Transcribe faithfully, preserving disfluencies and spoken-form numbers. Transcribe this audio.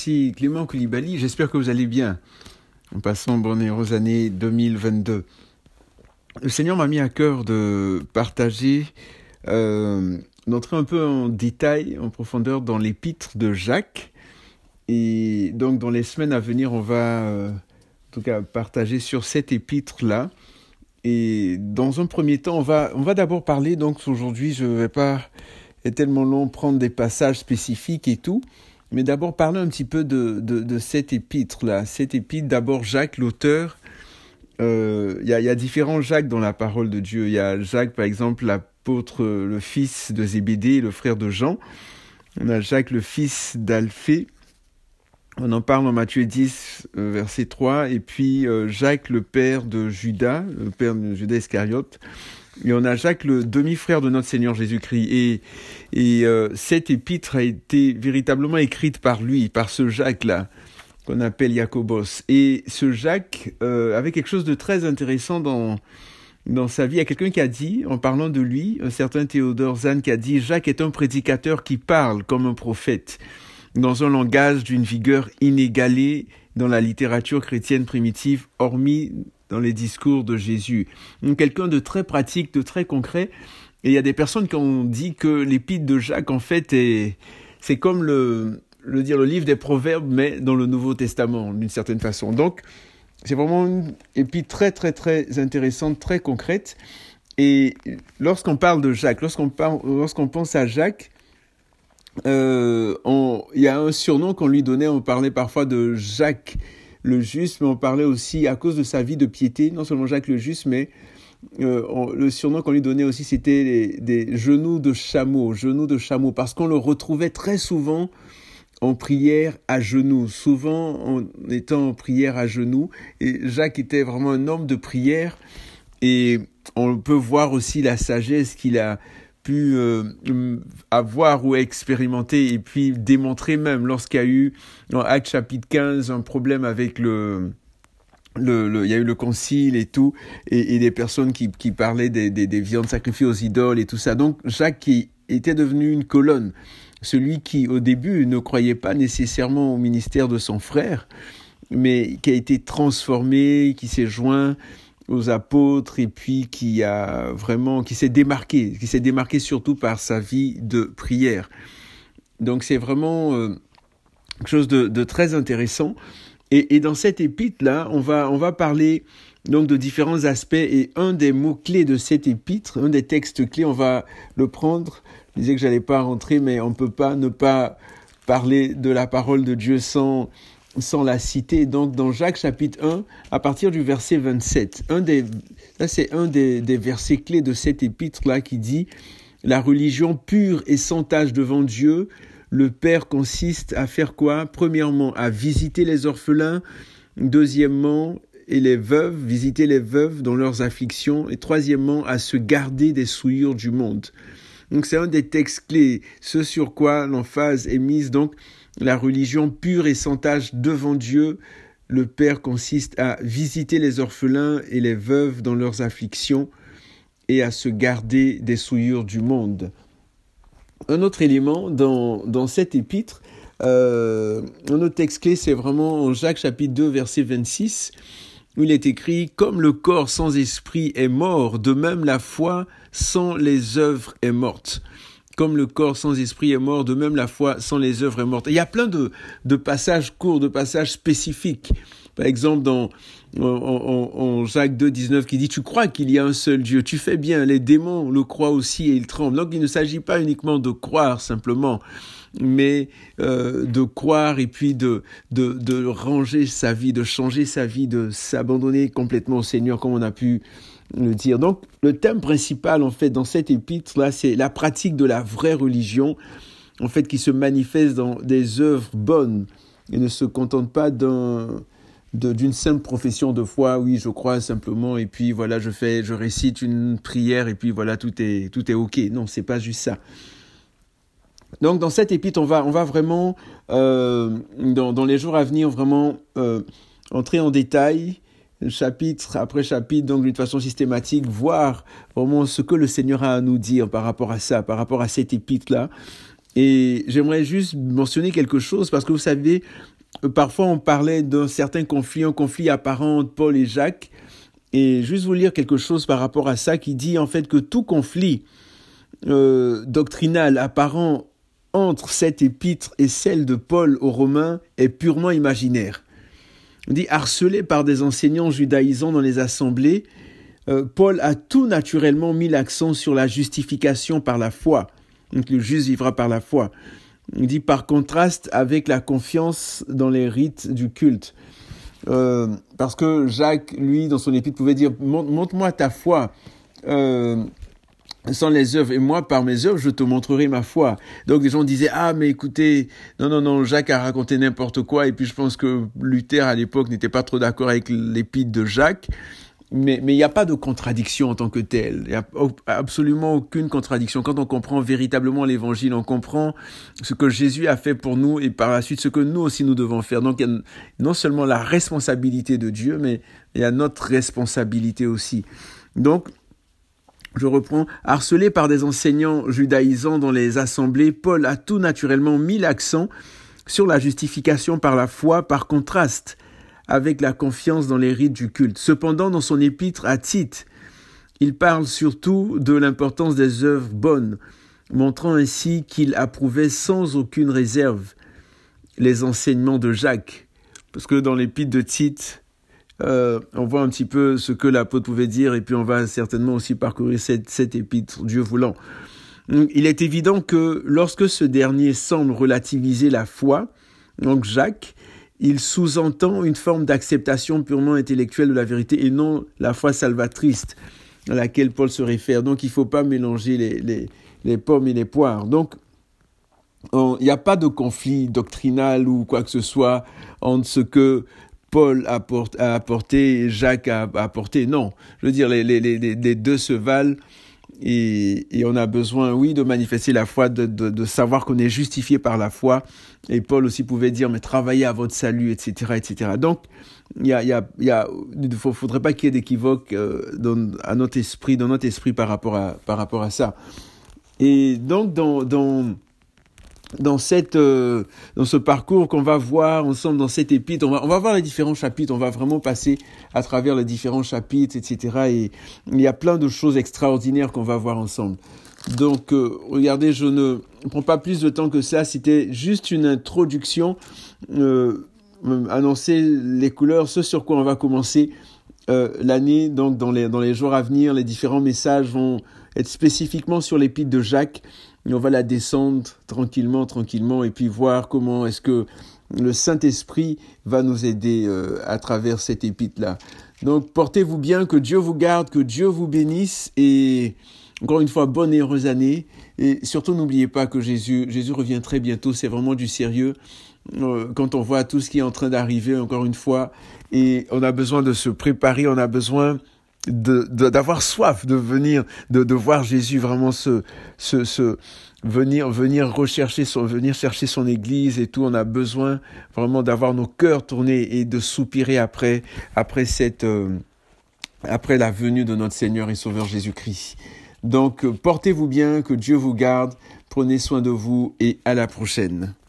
ici Clément Koulibaly, j'espère que vous allez bien, en passant bonne et heureuse année deux mille vingt-deux. Le Seigneur m'a mis à cœur de partager, euh, d'entrer un peu en détail, en profondeur dans l'épître de Jacques. Et donc dans les semaines à venir, on va euh, en tout cas partager sur cette épître-là. Et dans un premier temps, on va, on va d'abord parler, donc aujourd'hui je ne vais pas être tellement long, prendre des passages spécifiques et tout, mais d'abord parler un petit peu de, de, de cette épître-là. Cette épître, d'abord Jacques, l'auteur, il euh, y, y a différents Jacques dans la parole de Dieu. Il y a Jacques, par exemple, l'apôtre, le fils de Zébédée, le frère de Jean. On a Jacques, le fils d'Alphée. On en parle en Matthieu dix, euh, verset trois. Et puis euh, Jacques, le père de Judas, le père de Judas Iscariote. Et on a Jacques, le demi-frère de notre Seigneur Jésus-Christ. Et, et euh, cette épître a été véritablement écrite par lui, par ce Jacques-là, qu'on appelle Jacobos. Et ce Jacques euh, avait quelque chose de très intéressant dans, dans sa vie. Il y a quelqu'un qui a dit, en parlant de lui, un certain Théodore Zahn, qui a dit « Jacques est un prédicateur qui parle comme un prophète, dans un langage d'une vigueur inégalée dans la littérature chrétienne primitive, hormis dans les discours de Jésus. » Donc quelqu'un de très pratique, de très concret. Et il y a des personnes qui ont dit que l'épître de Jacques, en fait, est, c'est comme le, le, dire, le livre des Proverbes, mais dans le Nouveau Testament, d'une certaine façon. Donc, c'est vraiment une épître très, très, très intéressante, très concrète. Et lorsqu'on parle de Jacques, lorsqu'on, parle, lorsqu'on pense à Jacques, Euh, on, il y a un surnom qu'on lui donnait, on parlait parfois de Jacques le Juste, mais on parlait aussi à cause de sa vie de piété, non seulement Jacques le Juste, mais euh, on, le surnom qu'on lui donnait aussi, c'était les, des genoux de chameau, genoux de chameau, parce qu'on le retrouvait très souvent en prière à genoux, souvent en étant en prière à genoux, et Jacques était vraiment un homme de prière, et on peut voir aussi la sagesse qu'il a pu euh, avoir ou expérimenter et puis démontrer même lorsqu'il y a eu dans Actes chapitre quinze un problème avec le le, le il y a eu le concile et tout et, et des personnes qui qui parlaient des, des des viandes sacrifiées aux idoles et tout ça. Donc Jacques qui était devenu une colonne, celui qui au début ne croyait pas nécessairement au ministère de son frère, mais qui a été transformé, qui s'est joint aux apôtres et puis qui a vraiment qui s'est démarqué, qui s'est démarqué surtout par sa vie de prière. Donc c'est vraiment euh, quelque chose de, de très intéressant. Et, et dans cette épître là, on va on va parler donc de différents aspects et un des mots clés de cette épître, un des textes clés, on va le prendre. Je disais que j'allais pas rentrer, mais on peut pas ne pas parler de la parole de Dieu sans sans la citer. Donc dans Jacques chapitre un, à partir du verset vingt-sept, un des, là c'est un des, des versets clés de cette épître-là qui dit « La religion pure et sans tache devant Dieu, le Père consiste à faire quoi ? Premièrement, à visiter les orphelins, deuxièmement, et les veuves, visiter les veuves dans leurs afflictions, et troisièmement, à se garder des souillures du monde. » Donc c'est un des textes clés, ce sur quoi l'emphase est mise. Donc la religion pure et sans tache devant Dieu, le Père consiste à visiter les orphelins et les veuves dans leurs afflictions et à se garder des souillures du monde. Un autre élément dans, dans cette épître, euh, un autre texte clé, c'est vraiment en Jacques chapitre deux, verset vingt-six, où il est écrit « Comme le corps sans esprit est mort, de même la foi sans les œuvres est morte. » Comme le corps sans esprit est mort, de même la foi sans les œuvres est morte. Et il y a plein de, de passages courts, de passages spécifiques. Par exemple, dans en, en, en Jacques deux, dix-neuf, qui dit « Tu crois qu'il y a un seul Dieu, tu fais bien, les démons le croient aussi et ils tremblent. » Donc il ne s'agit pas uniquement de croire simplement, mais euh, de croire et puis de, de, de ranger sa vie, de changer sa vie, de s'abandonner complètement au Seigneur, comme on a pu le dire. Donc, le thème principal, en fait, dans cette épître-là, c'est la pratique de la vraie religion, en fait, qui se manifeste dans des œuvres bonnes et ne se contente pas d'un, de, d'une simple profession de foi. Oui, je crois simplement, et puis voilà, je fais, je récite une prière, et puis voilà, tout est, tout est ok. Non, c'est pas juste ça. Donc, dans cette épître, on va, on va vraiment, euh, dans, dans les jours à venir, vraiment euh, entrer en détail, chapitre après chapitre, donc d'une façon systématique, voir vraiment ce que le Seigneur a à nous dire par rapport à ça, par rapport à cette épître-là. Et j'aimerais juste mentionner quelque chose, parce que vous savez, parfois on parlait d'un certain conflit, un conflit apparent entre Paul et Jacques. Et juste vous lire quelque chose par rapport à ça qui dit en fait que tout conflit euh, doctrinal apparent entre cette épître et celle de Paul aux Romains est purement imaginaire. On dit harcelé par des enseignants judaïsants dans les assemblées, euh, Paul a tout naturellement mis l'accent sur la justification par la foi. Donc le juste vivra par la foi. Il dit par contraste avec la confiance dans les rites du culte. Euh, parce que Jacques, lui, dans son épître, pouvait dire « Montre-moi ta foi euh, sans les œuvres, et moi, par mes œuvres, je te montrerai ma foi. » Donc, les gens disaient « Ah, mais écoutez, non, non, non, Jacques a raconté n'importe quoi. » Et puis, je pense que Luther, à l'époque, n'était pas trop d'accord avec l'épître de Jacques. Mais mais il n'y a pas de contradiction en tant que telle. Il n'y a absolument aucune contradiction. Quand on comprend véritablement l'évangile, on comprend ce que Jésus a fait pour nous et par la suite ce que nous aussi nous devons faire. Donc il y a non seulement la responsabilité de Dieu, mais il y a notre responsabilité aussi. Donc, je reprends, harcelé par des enseignants judaïsants dans les assemblées, Paul a tout naturellement mis l'accent sur la justification par la foi, par contraste avec la confiance dans les rites du culte. Cependant, dans son épître à Tite, il parle surtout de l'importance des œuvres bonnes, montrant ainsi qu'il approuvait sans aucune réserve les enseignements de Jacques. Parce que dans l'épître de Tite, euh, on voit un petit peu ce que l'apôtre pouvait dire, et puis on va certainement aussi parcourir cette, cette épître, Dieu voulant. Il est évident que lorsque ce dernier semble relativiser la foi, donc Jacques, il sous-entend une forme d'acceptation purement intellectuelle de la vérité et non la foi salvatrice à laquelle Paul se réfère. Donc, il ne faut pas mélanger les, les, les pommes et les poires. Donc, il n'y a pas de conflit doctrinal ou quoi que ce soit entre ce que Paul a apporté et Jacques a apporté. Non, je veux dire, les, les, les, les deux se valent. Et, et on a besoin, oui, de manifester la foi, de, de, de savoir qu'on est justifié par la foi. Et Paul aussi pouvait dire, mais travaillez à votre salut, et cetera, et cetera. Donc, il y a, il y a, il y a, il ne faudrait pas qu'il y ait d'équivoque euh, dans, à notre esprit, dans notre esprit par rapport à, par rapport à ça. Et donc, dans, dans, dans cette, euh, dans ce parcours qu'on va voir ensemble dans cette épître, on va, on va voir les différents chapitres, on va vraiment passer à travers les différents chapitres, et cetera. Et il y a plein de choses extraordinaires qu'on va voir ensemble. Donc, euh, regardez, je ne prends pas plus de temps que ça. C'était juste une introduction, euh, annoncer les couleurs, ce sur quoi on va commencer euh, l'année. Donc, dans les dans les jours à venir, les différents messages vont être spécifiquement sur l'épître de Jacques. Et on va la descendre tranquillement, tranquillement, et puis voir comment est-ce que le Saint-Esprit va nous aider euh, à travers cette épître-là. Donc, portez-vous bien, que Dieu vous garde, que Dieu vous bénisse, et encore une fois, bonne et heureuse année. Et surtout, n'oubliez pas que Jésus, Jésus revient très bientôt, c'est vraiment du sérieux. Euh, quand on voit tout ce qui est en train d'arriver, encore une fois, et on a besoin de se préparer, on a besoin de, de d'avoir soif de venir, de, de voir Jésus vraiment se, se, se venir, venir rechercher son, venir chercher son église et tout. On a besoin vraiment d'avoir nos cœurs tournés et de soupirer après, après cette, euh, après la venue de notre Seigneur et Sauveur Jésus-Christ. Donc, portez-vous bien, que Dieu vous garde, prenez soin de vous et à la prochaine.